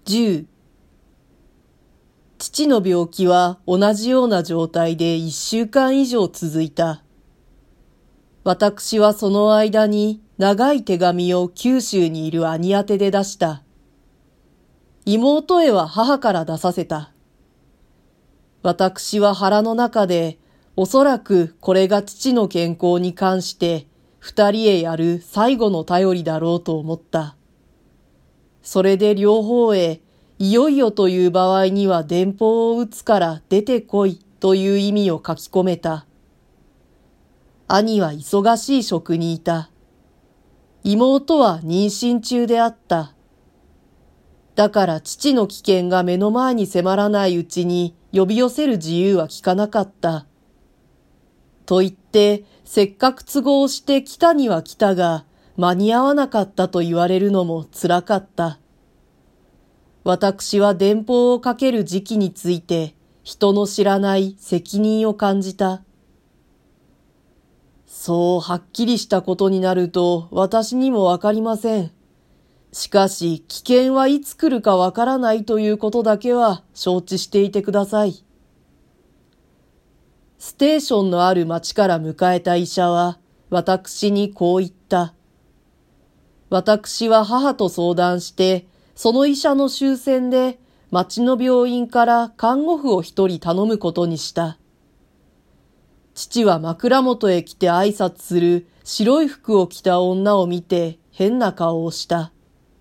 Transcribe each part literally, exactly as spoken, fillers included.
じゅう父の病気は同じような状態で一週間以上続いた。私はその間に長い手紙を九州にいる兄宛てで出した。妹へは母から出させた。私は腹の中でおそらくこれが父の健康に関して二人へやる最後の頼りだろうと思った。それで両方へいよいよという場合には電報を打つから出てこいという意味を書き込めた。兄は忙しい職にいた。妹は妊娠中であった。だから父の危険が目の前に迫らないうちに呼び寄せる自由は利かなかった。と言って、せっかく都合して来たには来たが、間に合わなかったと言われるのも辛かった。私は電報をかける時期について、人の知らない責任を感じた。そうはっきりしたことになると私にもわかりません。しかし危険はいつ来るかわからないということだけは承知していてください。ステーションのある町から迎えた医者は私にこう言った。私は母と相談してその医者の終戦で町の病院から看護婦を一人頼むことにした。父は枕元へ来て挨拶する白い服を着た女を見て変な顔をした。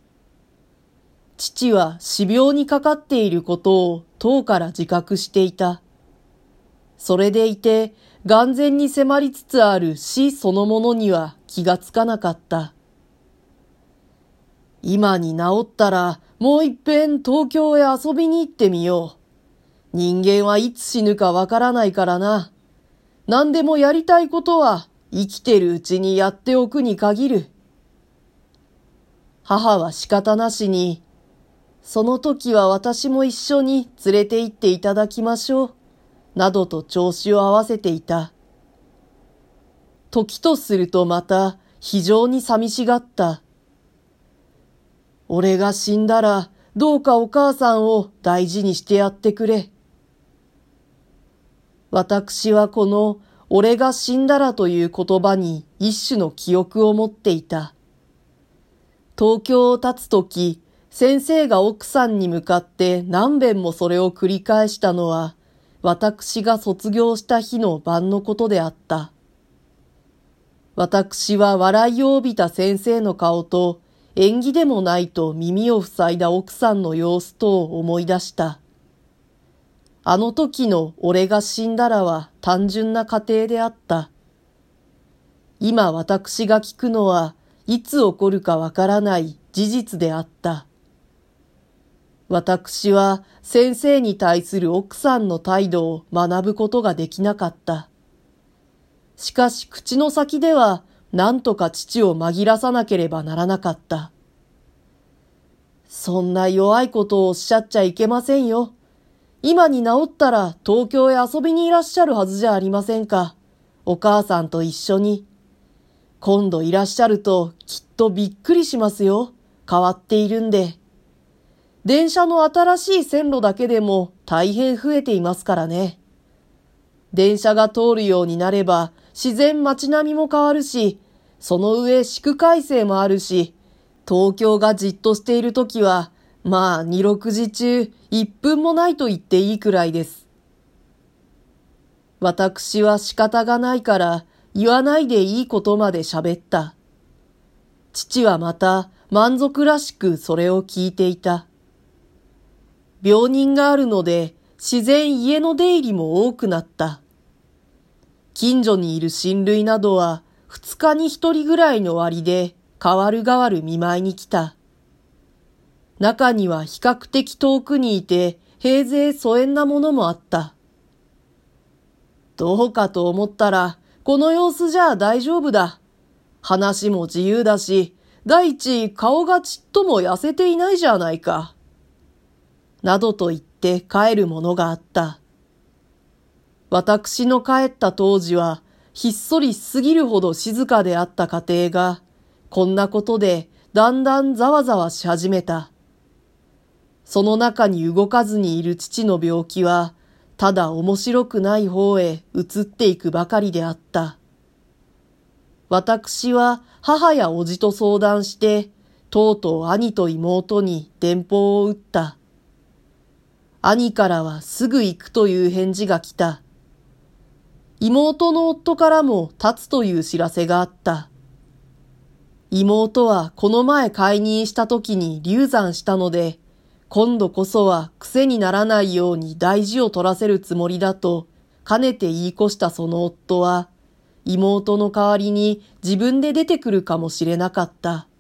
父は死病にかかっていることを当から自覚していた。それでいて、眼前に迫りつつある死そのものには気がつかなかった。今に治ったらもう一遍東京へ遊びに行ってみよう。人間はいつ死ぬかわからないからな。何でもやりたいことは生きてるうちにやっておくに限る。母は仕方なしに、その時は私も一緒に連れて行っていただきましょう、などと調子を合わせていた。時とするとまた非常に寂しがった。俺が死んだらどうかお母さんを大事にしてやってくれ。私はこの俺が死んだらという言葉に一種の記憶を持っていた。東京を立つとき、先生が奥さんに向かって何遍もそれを繰り返したのは、私が卒業した日の晩のことであった。私は笑いを帯びた先生の顔と、縁起でもないと耳を塞いだ奥さんの様子とを思い出した。あの時の俺が死んだらは単純な過程であった。今私が聞くのはいつ起こるかわからない事実であった。私は先生に対する奥さんの態度を学ぶことができなかった。しかし口の先では何とか父を紛らさなければならなかった。そんな弱いことをおっしゃっちゃいけませんよ。今に治ったら東京へ遊びにいらっしゃるはずじゃありませんか。お母さんと一緒に。今度いらっしゃるときっとびっくりしますよ。変わっているんで。電車の新しい線路だけでも大変増えていますからね。電車が通るようになれば自然街並みも変わるし、その上市区改正もあるし、東京がじっとしているときは、まあ二六時中一分もないと言っていいくらいです。私は仕方がないから言わないでいいことまで喋った。父はまた満足らしくそれを聞いていた。病人があるので自然家の出入りも多くなった。近所にいる親類などは二日に一人ぐらいの割で代わる代わる見舞いに来た。中には比較的遠くにいて平勢疎遠なものもあった。どうかと思ったらこの様子じゃ大丈夫だ。話も自由だし、第一顔がちっとも痩せていないじゃないか。などと言って帰るものがあった。私の帰った当時はひっそりしすぎるほど静かであった家庭が、こんなことでだんだんざわざわし始めた。 その中に動かずにいる父の病気は、ただ面白くない方へ移っていくばかりであった。私は母や叔父と相談して、とうとう兄と妹に電報を打った。兄からはすぐ行くという返事が来た。妹の夫からも立つという知らせがあった。妹はこの前解任した時に流産したので、今度こそは癖にならないように大事を取らせるつもりだと、かねて言い越したその夫は、妹の代わりに自分で出てくるかもしれなかった。